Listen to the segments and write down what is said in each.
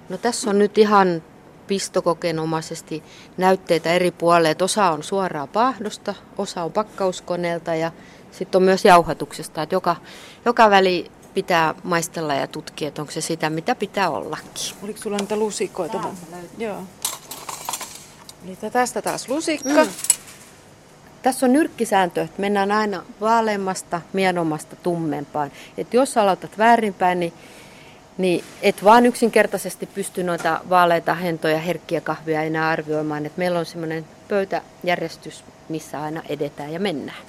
No tässä on nyt ihan pistokokeenomaisesti näytteitä eri puolille. Osa on suoraa paahdosta, osa on pakkauskoneelta ja sitten on myös jauhatuksesta. Että joka väli pitää maistella ja tutkia, että onko se sitä, mitä pitää ollakin. Oliko sulla niitä lusikoita? Joo. Eli tästä taas lusikka. Tässä on nyrkkisääntö, että mennään aina vaaleammasta, miedommasta tummempaan. Että jos aloitat väärinpäin, niin et vaan yksinkertaisesti pysty noita vaaleita, hentoja, herkkiä kahvia enää arvioimaan. Että meillä on semmoinen pöytäjärjestys, missä aina edetään ja mennään.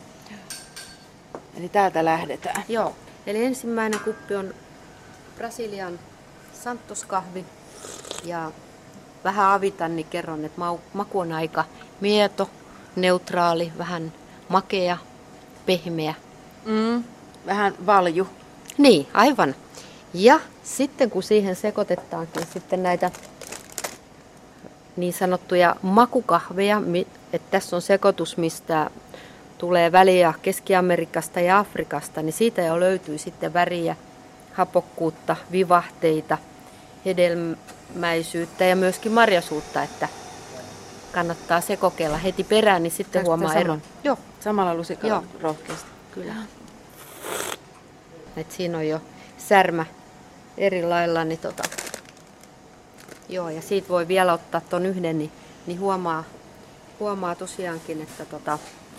Eli täältä lähdetään. Joo. Eli ensimmäinen kuppi on Brasilian Santos-kahvi. Ja vähän avitan, niin kerron, että maku on aika mieto, neutraali, vähän makea, pehmeä. Vähän valju. Niin, aivan. Ja sitten kun siihen sekoitetaankin sitten näitä niin sanottuja makukahveja, että tässä on sekoitus, mistä tulee väliä Keski-Amerikasta ja Afrikasta, niin siitä jo löytyy sitten väriä, hapokkuutta, vivahteita, hedelmäisyyttä ja myöskin marjasuutta, että kannattaa se kokeilla heti perään, niin sitten tästä huomaa eron. Joo. Samalla lusikalla rohkeasti. Kyllä. Et siinä on jo särmä eri lailla, niin joo, ja siitä voi vielä ottaa ton yhden, niin huomaa tosiaankin, että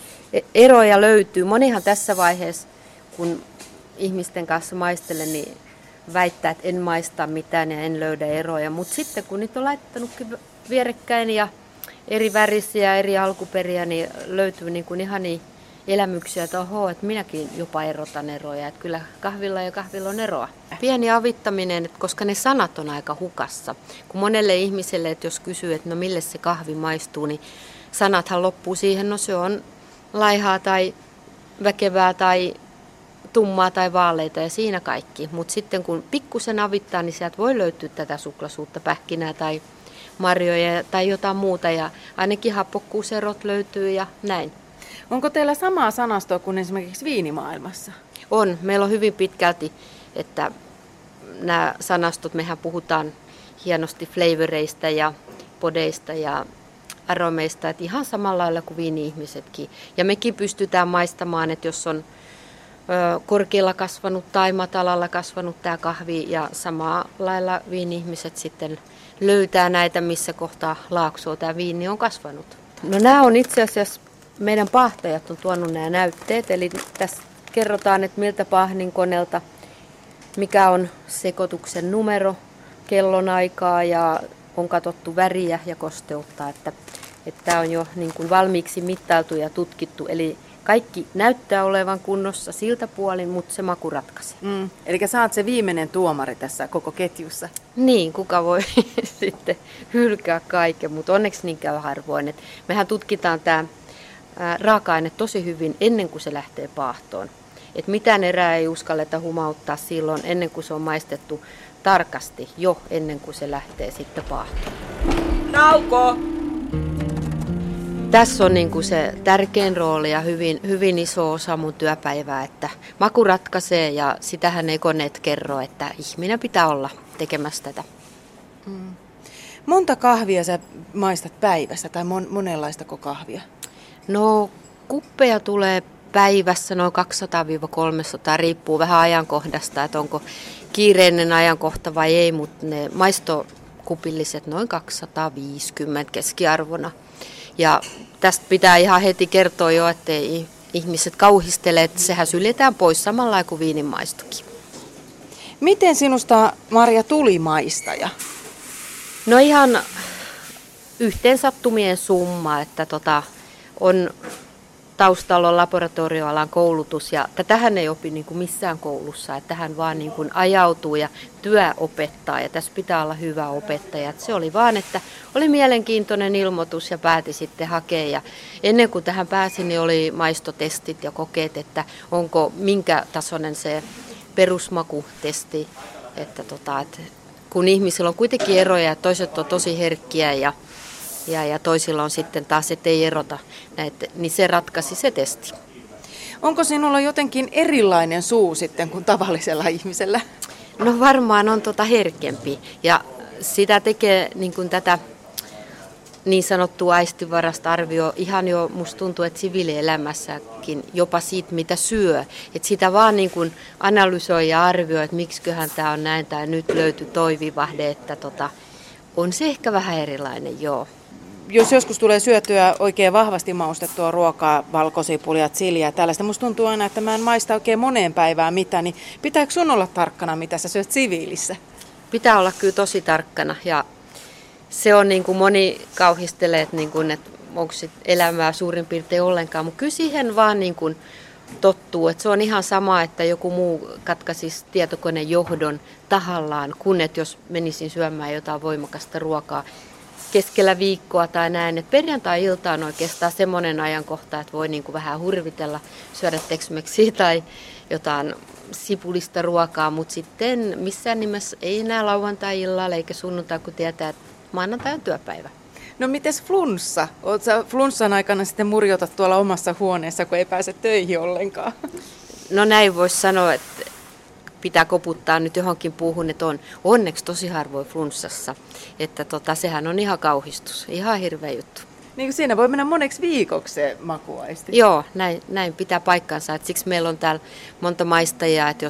eroja löytyy. Monihan tässä vaiheessa, kun ihmisten kanssa maistelen, niin väittää, että en maista mitään ja en löydä eroja. Mutta sitten kun niitä on laittanutkin vierekkäin ja eri värisiä, eri alkuperiä, niin löytyy niin kuin ihania elämyksiä, että että minäkin jopa erotan eroja. Että kyllä kahvilla ja kahvilla on eroa. Pieni avittaminen, että koska ne sanat on aika hukassa. Kun monelle ihmiselle, että jos kysyy, että no mille se kahvi maistuu, niin sanathan loppuu siihen, no se on laihaa tai väkevää tai tummaa tai vaaleita ja siinä kaikki. Mutta sitten kun pikkusen avittaa, niin sieltä voi löytyä tätä suklasuutta, pähkinää tai marjoja tai jotain muuta. Ja ainakin happokkuuserot löytyy ja näin. Onko teillä samaa sanastoa kuin esimerkiksi viinimaailmassa? On. Meillä on hyvin pitkälti, että nämä sanastot, mehän puhutaan hienosti flavoreista ja podeista ja aromeista, että ihan samalla lailla kuin viini-ihmisetkin. Ja mekin pystytään maistamaan, että jos on korkealla kasvanut tai matalalla kasvanut tämä kahvi ja samalla lailla viini-ihmiset sitten löytää näitä, missä kohtaa laaksoa tämä viini on kasvanut. No nämä on itse asiassa, meidän paahtajat on tuonut nämä näytteet, eli tässä kerrotaan, että miltä paahninkoneelta, mikä on sekoituksen numero, kellonaikaa ja on katsottu väriä ja kosteutta, että tämä on jo niin kuin valmiiksi mittailtu ja tutkittu, eli kaikki näyttää olevan kunnossa siltä puolin, mutta se maku ratkaisee. Eli sä oot se viimeinen tuomari tässä koko ketjussa. Niin, kuka voi sitten hylkää kaiken, mutta onneksi niin käy harvoin. Et mehän tutkitaan tämä raaka-aine tosi hyvin ennen kuin se lähtee paahtoon. Et mitään erää ei uskalleta humauttaa silloin ennen kuin se on maistettu tarkasti, jo ennen kuin se lähtee sitten paahtoon. Nauko! Tässä on niin kuin se tärkein rooli ja hyvin iso osa mun työpäivää, että maku ratkaisee ja sitähän ei koneet kerro, että ihminen pitää olla tekemässä tätä. Monta kahvia sä maistat päivässä tai monenlaistako kahvia? No kuppeja tulee päivässä noin 200-300, riippuu vähän ajankohdasta, että onko kiireinen ajankohta vai ei, mutta ne maistokupilliset noin 250 keskiarvona. Ja tästä pitää ihan heti kertoa jo, ettei ihmiset kauhistele, että sehän syljetään pois samalla kuin viinin maistokin. Miten sinusta, Marja, tuli maistaja? No ihan yhteensattumien summa, että on taustalla on laboratorioalan koulutus ja tätähän ei opi niin kuin missään koulussa, että tähän vaan niin kuin ajautuu ja työ opettaa ja tässä pitää olla hyvä opettaja. Että se oli vaan, että oli mielenkiintoinen ilmoitus ja pääti sitten hakea ja ennen kuin tähän pääsin, niin oli maistotestit ja kokeet, että onko minkä tasoinen se perusmakutesti, että kun ihmisillä on kuitenkin eroja ja toiset on tosi herkkiä ja toisilla on sitten taas, että ei erota näitä, niin se ratkaisi se testi. Onko sinulla jotenkin erilainen suu sitten kuin tavallisella ihmisellä? No varmaan on herkempi ja sitä tekee niin kuin tätä niin sanottua aistivarasta arvio ihan jo, musta tuntuu, että siviilielämässäkin jopa siitä, mitä syö. Että sitä vaan niin kuin analysoi ja arvioi, että miksiköhän tämä on näin tai nyt löytyi toi vivahde, että on se ehkä vähän erilainen, joo. Jos joskus tulee syötyä oikein vahvasti maustettua ruokaa, valkosipulia, chiliä ja tällaista, musta tuntuu aina, että mä en maista oikein moneen päivään mitään, niin pitääkö sun olla tarkkana, mitä sä syöt siviilissä? Pitää olla kyllä tosi tarkkana ja se on niin kuin moni kauhistelee, että, niin kuin, että onko sit elämää suurin piirtein ollenkaan, mutta kyllä siihen vaan niin kuin tottuu, että se on ihan sama, että joku muu katkaisisi tietokonejohdon tahallaan, kun että jos menisin syömään jotain voimakasta ruokaa keskellä viikkoa tai näin. Et perjantai-ilta on oikeastaan semmoinen ajankohta, että voi niin kuin vähän hurvitella, syödä teksmeksiä tai jotain sipulista ruokaa, mutta sitten missään nimessä ei enää lauantai-illalla eikä sunnuntai, kun tietää, että maanantai on työpäivä. No mites flunssa? Oletko sä flunssan aikana sitten murjotat tuolla omassa huoneessa, kun ei pääse töihin ollenkaan? No näin voisi sanoa, että pitää koputtaa nyt johonkin puuhun, että on onneksi tosi harvoin flunssassa. Että sehän on ihan kauhistus, ihan hirveä juttu. Niin kuin siinä voi mennä moneksi viikoksi se makuaisti. Joo, näin pitää paikkansa. Että siksi meillä on täällä monta maistajaa, että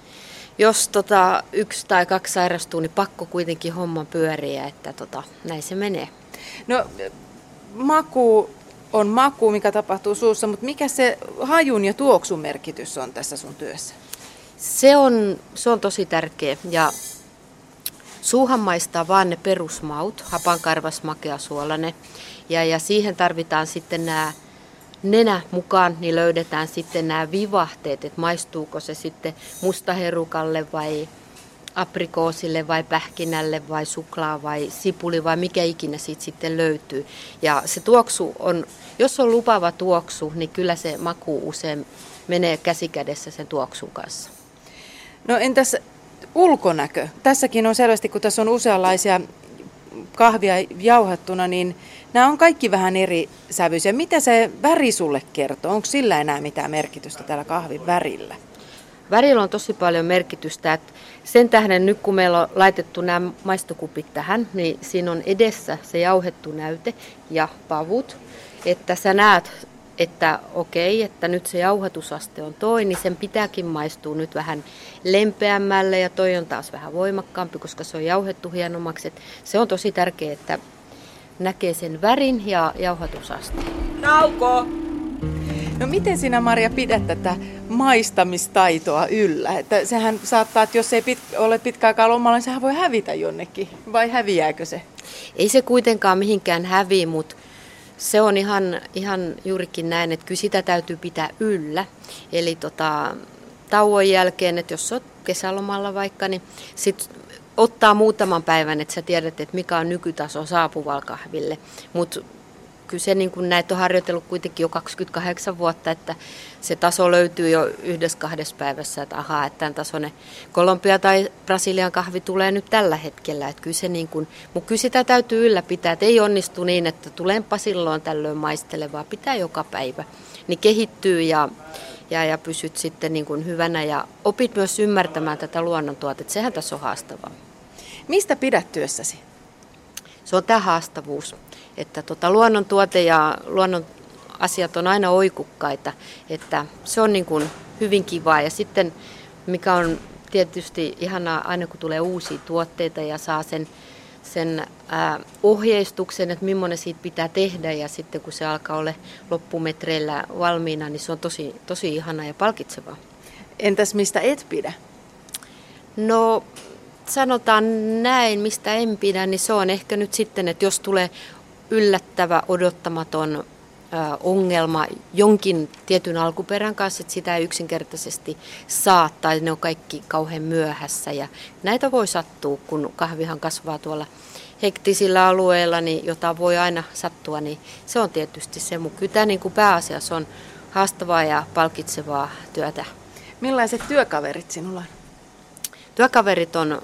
jos 1 tai 2 sairastuu, niin pakko kuitenkin homman pyöriä, että näin se menee. No maku on maku, mikä tapahtuu suussa, mutta mikä se hajun ja tuoksun merkitys on tässä sun työssä? Se on tosi tärkeä ja suuhan maistaa vaan ne perusmaut, hapankarvas, makea, suolainen ja siihen tarvitaan sitten nämä nenä mukaan, niin löydetään sitten nämä vivahteet, että maistuuko se sitten mustaherukalle vai aprikoosille vai pähkinälle vai suklaa vai sipuli vai mikä ikinä siitä sitten löytyy. Ja se tuoksu on, jos on lupaava tuoksu, niin kyllä se maku usein menee käsikädessä sen tuoksun kanssa. No entäs ulkonäkö? Tässäkin on selvästi, kun tässä on useanlaisia kahvia jauhattuna, niin nämä on kaikki vähän eri sävyisiä. Mitä se väri sulle kertoo? Onko sillä enää mitään merkitystä tällä kahvin värillä? Värillä on tosi paljon merkitystä. Että sen tähden nyt kun meillä on laitettu nämä maistokupit tähän, niin siinä on edessä se jauhettu näyte ja pavut. Että sä näet, että okei, että nyt se jauhatusaste on toi, niin sen pitääkin maistua nyt vähän lempeämmälle ja toi on taas vähän voimakkaampi, koska se on jauhettu hienommaksi. Et se on tosi tärkeää, että näkee sen värin ja jauhatusasteen. Nauko! No miten sinä, Maria, pidät tätä maistamistaitoa yllä? Että sehän saattaa, että jos ei ole pitkä aikaa lomalla, niin sehän voi hävitä jonnekin. Vai häviääkö se? Ei se kuitenkaan mihinkään häviä, mutta se on ihan juurikin näin, että kyllä sitä täytyy pitää yllä. Eli tauon jälkeen, että jos olet kesälomalla vaikka, niin sit ottaa muutaman päivän, että sä tiedät, että mikä on nykytaso saapuvalla kahville. Mutta kyllä se niin kun näitä on harjoitellut kuitenkin jo 28 vuotta, että se taso löytyy jo 1-2 päivässä, että ahaa, että tämän tasoinen Kolumbia tai Brasilian kahvi tulee nyt tällä hetkellä. Että kyllä se niin kun, mutta kyllä sitä täytyy ylläpitää, että ei onnistu niin, että tulenpa silloin tällöin maistelevaa, pitää joka päivä. Niin kehittyy ja pysyt sitten niin kun hyvänä ja opit myös ymmärtämään tätä luonnontuotetta, sehän tässä on haastavaa. Mistä pidät työssäsi? Se on tämä haastavuus, että luonnontuote ja luonnon asiat on aina oikukkaita, että se on niin kuin hyvin kivaa ja sitten mikä on tietysti ihanaa aina kun tulee uusia tuotteita ja saa sen ohjeistuksen, että millainen siitä pitää tehdä ja sitten kun se alkaa olla loppumetreillä valmiina, niin se on tosi ihanaa ja palkitsevaa. Entäs mistä et pidä? No sanotaan näin, mistä en pidä, niin se on ehkä nyt sitten, että jos tulee yllättävä, odottamaton ongelma jonkin tietyn alkuperän kanssa, että sitä ei yksinkertaisesti saa tai ne on kaikki kauhean myöhässä. Ja näitä voi sattua, kun kahvihan kasvaa tuolla hektisillä alueilla, niin jota voi aina sattua, niin se on tietysti se. Mutta kyllä tämä niin kuin pääasiassa on haastavaa ja palkitsevaa työtä. Millaiset työkaverit sinulla on? Työkaverit on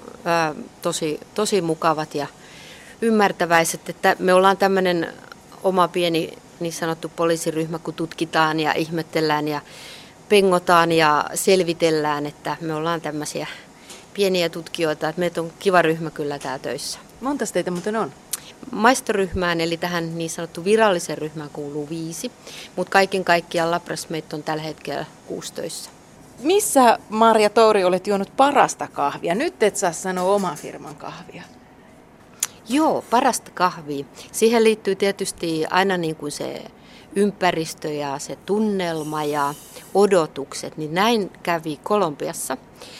tosi mukavat ja ymmärtäväiset, että me ollaan tämmöinen oma pieni niin sanottu poliisiryhmä, kun tutkitaan ja ihmetellään ja pengotaan ja selvitellään, että me ollaan tämmöisiä pieniä tutkijoita, että meitä on kiva ryhmä kyllä tää töissä. Montas teitä muuten on? Maistoryhmään, eli tähän niin sanottu virallisen ryhmään kuuluu 5, mutta kaiken kaikkiaan Labras meitä on tällä hetkellä 6 töissä. Missä, Marja Touri, olet juonut parasta kahvia? Nyt et saa sanoa oman firman kahvia. Joo, parasta kahvia. Siihen liittyy tietysti aina niin kuin se ympäristö ja se tunnelma ja odotukset, niin näin kävi Kolumbiassa.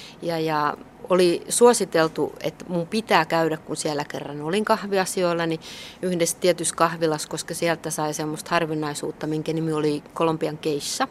Ja oli suositeltu, että mun pitää käydä, kun siellä kerran olin kahviasioilla, niin yhdessä tietyssä kahvilassa, koska sieltä sai semmoista harvinaisuutta, minkä nimi oli Kolumbian Geisha.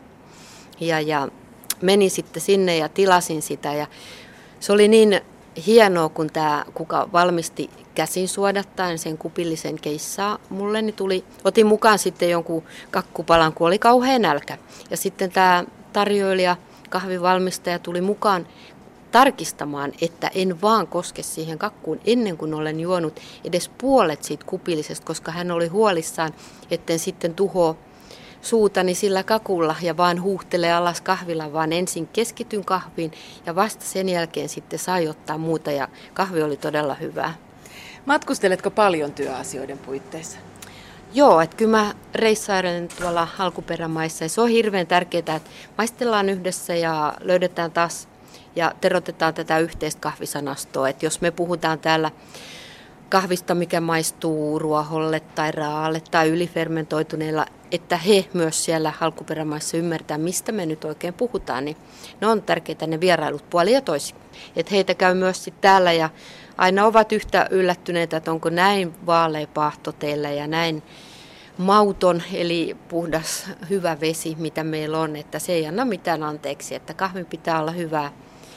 Ja menin sitten sinne ja tilasin sitä ja se oli niin hienoa, kun tämä, kuka valmisti käsin suodattaen sen kupillisen keissaa mulle, niin otin mukaan sitten jonkun kakkupalan, kun oli kauhea nälkä. Ja sitten tämä tarjoilija, kahvivalmistaja tuli mukaan tarkistamaan, että en vaan koske siihen kakkuun ennen kuin olen juonut edes puolet siitä kupillisesta, koska hän oli huolissaan, etten sitten tuhoa suutani sillä kakulla ja vaan huuhtelee alas kahvilla, vaan ensin keskityn kahviin ja vasta sen jälkeen sitten sai ottaa muuta ja kahvi oli todella hyvää. Matkusteletko paljon työasioiden puitteissa? Joo, että kyllä mä reissailen tuolla alkuperämaissa ja se on hirveän tärkeää, että maistellaan yhdessä ja löydetään taas ja terotetaan tätä yhteistä kahvisanastoa, että jos me puhutaan täällä kahvista, mikä maistuu ruoholle tai raalle tai ylifermentoituneilla, että he myös siellä alkuperämaissa ymmärtää, mistä me nyt oikein puhutaan, niin ne on tärkeitä ne vierailut puolin ja toisin. Että heitä käy myös sitten täällä ja aina ovat yhtä yllättyneitä, että onko näin vaalea paahto teillä ja näin mauton, eli puhdas, hyvä vesi, mitä meillä on, että se ei anna mitään anteeksi, että kahvin pitää olla hyvää,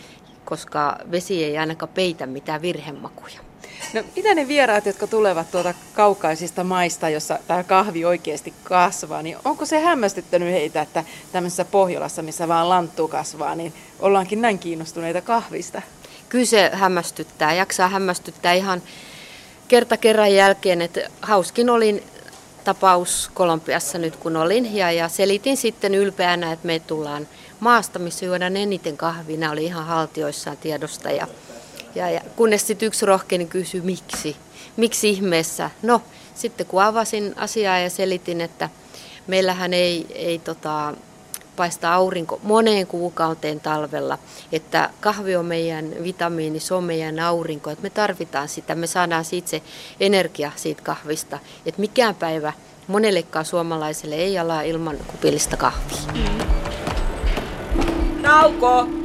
koska vesi ei ainakaan peitä mitään virhemakuja. No, mitä ne vieraat, jotka tulevat tuolta kaukaisista maista, jossa tämä kahvi oikeasti kasvaa, niin onko se hämmästyttänyt heitä, että tämmöisessä Pohjolassa, missä vaan lanttu kasvaa, niin ollaankin näin kiinnostuneita kahvista? Kyllä se hämmästyttää, jaksaa hämmästyttää ihan kerta kerran jälkeen, että hauskin olin tapaus Kolumbiassa nyt kun olin ja selitin sitten ylpeänä, että me tullaan maasta, missä juodaan eniten kahvia. Nämä oli ihan haltioissaan tiedosta ja kunnes sitten yksi rohkeinen kysyi, miksi ihmeessä. No, sitten kun avasin asiaa ja selitin, että meillähän ei paista aurinko moneen kuukauteen talvella, että kahvi on meidän vitamiini, se on meidän aurinko, että me tarvitaan sitä, me saadaan siitä se energia siitä kahvista, että mikään päivä monellekaan suomalaiselle ei ala ilman kupillista kahvia. Nauko!